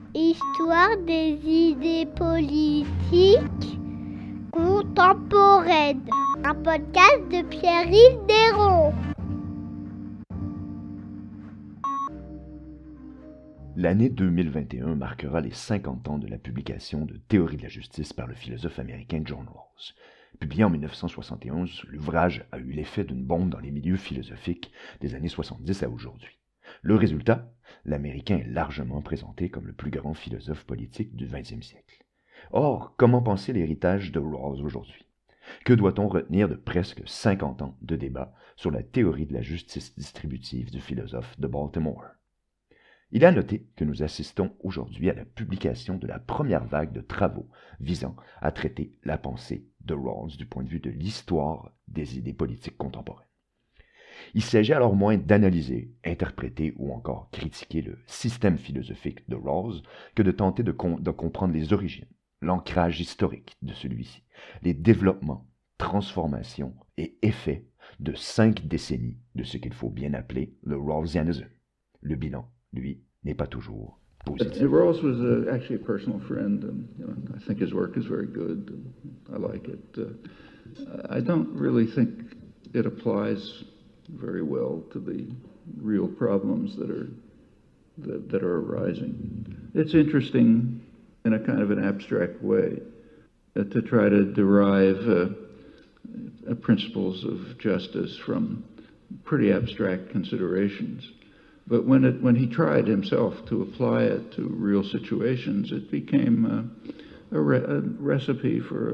Histoire des idées politiques contemporaines. Un podcast de Pierre-Yves Desronds. L'année 2021 marquera les 50 ans de la publication de Théorie de la justice par le philosophe américain John Rawls. Publié en 1971, l'ouvrage a eu l'effet d'une bombe dans les milieux philosophiques des années 70 à aujourd'hui. Le résultat, l'Américain est largement présenté comme le plus grand philosophe politique du XXe siècle. Or, comment penser l'héritage de Rawls aujourd'hui? Que doit-on retenir de presque 50 ans de débat sur la théorie de la justice distributive du philosophe de Baltimore? Il est à noter que nous assistons aujourd'hui à la publication de la première vague de travaux visant à traiter la pensée de Rawls du point de vue de l'histoire des idées politiques contemporaines. Il s'agit alors moins d'analyser, interpréter ou encore critiquer le système philosophique de Rawls que de tenter de comprendre les origines, l'ancrage historique de celui-ci, les développements, transformations et effets de 5 décennies de ce qu'il faut bien appeler le Rawlsianisme. Le bilan, lui, n'est pas toujours positif. Rawls was actually a personal friend, and I think his work is very good. And I like it. I don't really think it applies very well to the real problems that are arising. It's interesting in a kind of an abstract way to try to derive principles of justice from pretty abstract considerations. But when he tried himself to apply it to real situations, it became a recipe for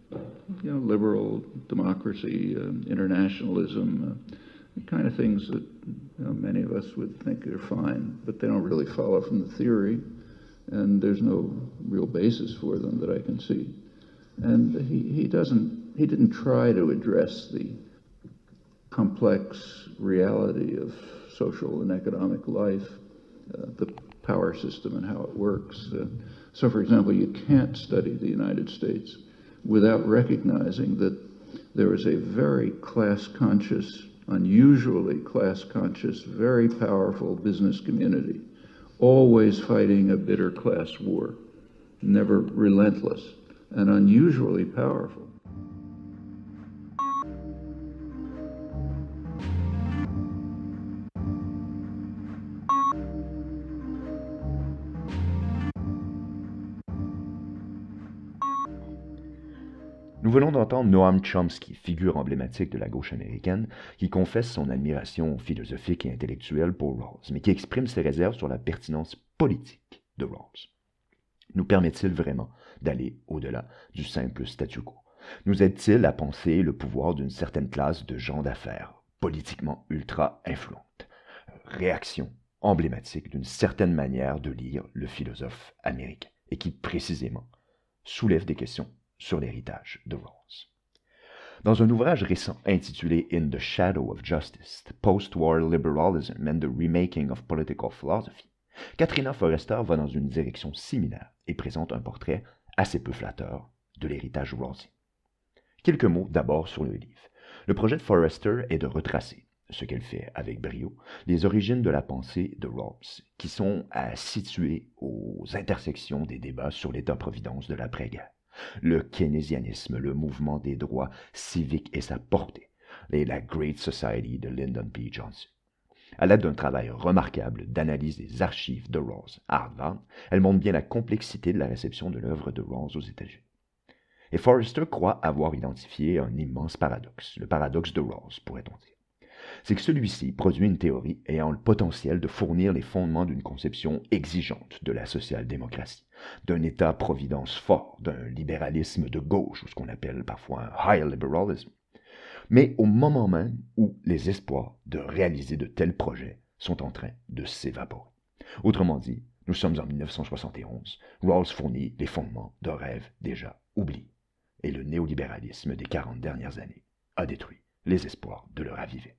liberal democracy, internationalism, the kind of things that many of us would think are fine, but they don't really follow from the theory, and there's no real basis for them that I can see. And he didn't try to address the complex reality of social and economic life, the power system and how it works. So, for example, you can't study the United States without recognizing that there is a very class-conscious, unusually class-conscious, very powerful business community, always fighting a bitter class war, never relentless, and unusually powerful. Nous venons d'entendre Noam Chomsky, figure emblématique de la gauche américaine, qui confesse son admiration philosophique et intellectuelle pour Rawls, mais qui exprime ses réserves sur la pertinence politique de Rawls. Nous permet-il vraiment d'aller au-delà du simple statu quo? Nous aide-t-il à penser le pouvoir d'une certaine classe de gens d'affaires, politiquement ultra influente? Réaction emblématique d'une certaine manière de lire le philosophe américain, et qui précisément soulève des questions sur l'héritage de Rawls. Dans un ouvrage récent intitulé In the Shadow of Justice, Post-War Liberalism and the Remaking of Political Philosophy, Katrina Forrester va dans une direction similaire et présente un portrait assez peu flatteur de l'héritage rawlsien. Quelques mots d'abord sur le livre. Le projet de Forrester est de retracer, ce qu'elle fait avec brio, les origines de la pensée de Rawls, qui sont à situer aux intersections des débats sur l'état-providence de l'après-guerre. Le keynésianisme, le mouvement des droits civiques et sa portée, et la Great Society de Lyndon B. Johnson. À l'aide d'un travail remarquable d'analyse des archives de Rawls à Harvard, elle montre bien la complexité de la réception de l'œuvre de Rawls aux États-Unis. Et Forrester croit avoir identifié un immense paradoxe, le paradoxe de Rawls, pourrait-on dire. C'est que celui-ci produit une théorie ayant le potentiel de fournir les fondements d'une conception exigeante de la social-démocratie, d'un État-providence fort, d'un libéralisme de gauche, ou ce qu'on appelle parfois un high liberalism, mais au moment même où les espoirs de réaliser de tels projets sont en train de s'évaporer. Autrement dit, nous sommes en 1971, Rawls fournit les fondements d'un rêve déjà oublié, et le néolibéralisme des 40 dernières années a détruit les espoirs de le raviver.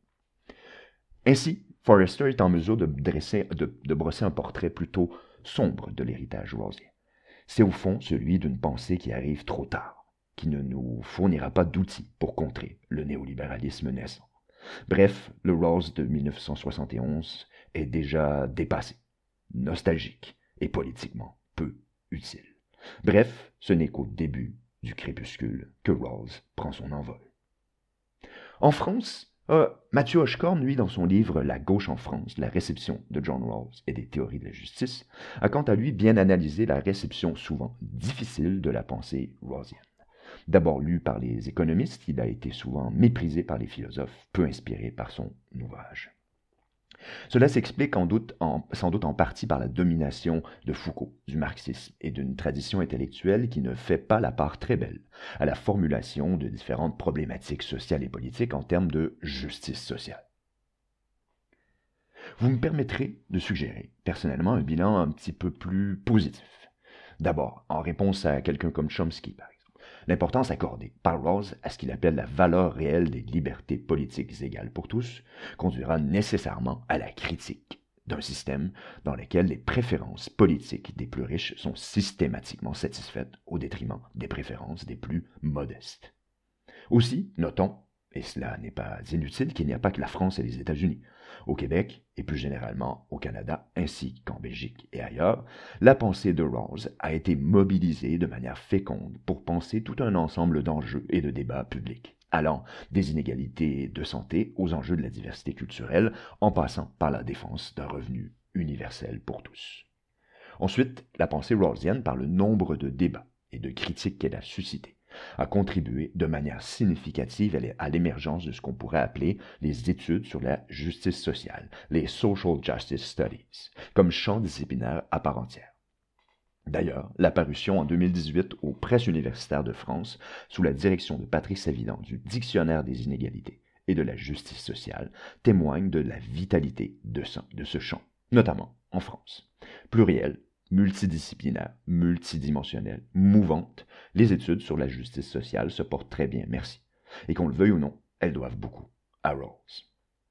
Ainsi, Forrester est en mesure de brosser un portrait plutôt sombre de l'héritage rawlsien. C'est au fond celui d'une pensée qui arrive trop tard, qui ne nous fournira pas d'outils pour contrer le néolibéralisme naissant. Bref, le Rawls de 1971 est déjà dépassé, nostalgique et politiquement peu utile. Bref, ce n'est qu'au début du crépuscule que Rawls prend son envol. En France, Mathieu Hochkorn, lui, dans son livre La gauche en France, la réception de John Rawls et des théories de la justice, a quant à lui bien analysé la réception souvent difficile de la pensée rawlsienne. D'abord lu par les économistes, il a été souvent méprisé par les philosophes, peu inspiré par son ouvrage. Cela s'explique sans doute en partie par la domination de Foucault, du marxisme et d'une tradition intellectuelle qui ne fait pas la part très belle à la formulation de différentes problématiques sociales et politiques en termes de justice sociale. Vous me permettrez de suggérer, personnellement, un bilan un petit peu plus positif. D'abord, en réponse à quelqu'un comme Chomsky, par exemple, l'importance accordée par Rawls à ce qu'il appelle la valeur réelle des libertés politiques égales pour tous conduira nécessairement à la critique d'un système dans lequel les préférences politiques des plus riches sont systématiquement satisfaites au détriment des préférences des plus modestes. Aussi, notons, et cela n'est pas inutile, qu'il n'y a pas que la France et les États-Unis. Au Québec, et plus généralement au Canada, ainsi qu'en Belgique et ailleurs, la pensée de Rawls a été mobilisée de manière féconde pour penser tout un ensemble d'enjeux et de débats publics, allant des inégalités de santé aux enjeux de la diversité culturelle, en passant par la défense d'un revenu universel pour tous. Ensuite, la pensée rawlsienne, par le nombre de débats et de critiques qu'elle a suscités, a contribué de manière significative à l'émergence de ce qu'on pourrait appeler les études sur la justice sociale, les Social Justice Studies, comme champ disciplinaire à part entière. D'ailleurs, l'apparition en 2018 aux Presses universitaires de France, sous la direction de Patrice Avidan du Dictionnaire des inégalités et de la justice sociale, témoigne de la vitalité de ce champ, notamment en France. Pluriel, multidisciplinaire, multidimensionnelle, mouvante, les études sur la justice sociale se portent très bien, merci. Et qu'on le veuille ou non, elles doivent beaucoup à Rawls.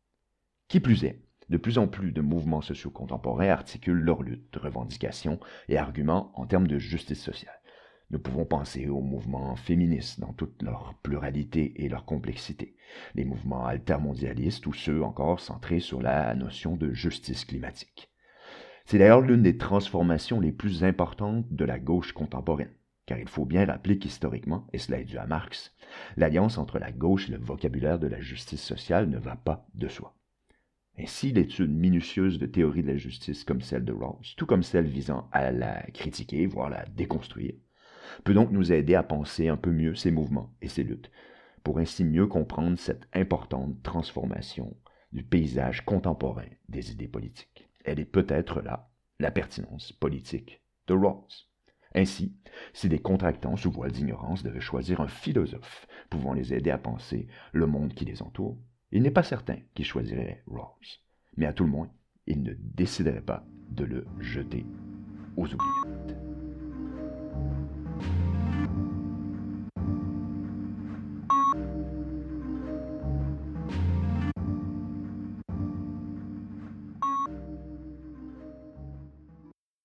Qui plus est, de plus en plus de mouvements sociaux contemporains articulent leurs luttes, revendications et arguments en termes de justice sociale. Nous pouvons penser aux mouvements féministes dans toute leur pluralité et leur complexité, les mouvements altermondialistes ou ceux encore centrés sur la notion de justice climatique. C'est d'ailleurs l'une des transformations les plus importantes de la gauche contemporaine, car il faut bien rappeler qu'historiquement, et cela est dû à Marx, l'alliance entre la gauche et le vocabulaire de la justice sociale ne va pas de soi. Ainsi, l'étude minutieuse de théorie de la justice comme celle de Rawls, tout comme celle visant à la critiquer, voire la déconstruire, peut donc nous aider à penser un peu mieux ces mouvements et ces luttes, pour ainsi mieux comprendre cette importante transformation du paysage contemporain des idées politiques. Elle est peut-être là, la pertinence politique de Rawls. Ainsi, si des contractants sous voile d'ignorance devaient choisir un philosophe pouvant les aider à penser le monde qui les entoure, il n'est pas certain qu'ils choisiraient Rawls. Mais à tout le moins, ils ne décideraient pas de le jeter aux oubliettes.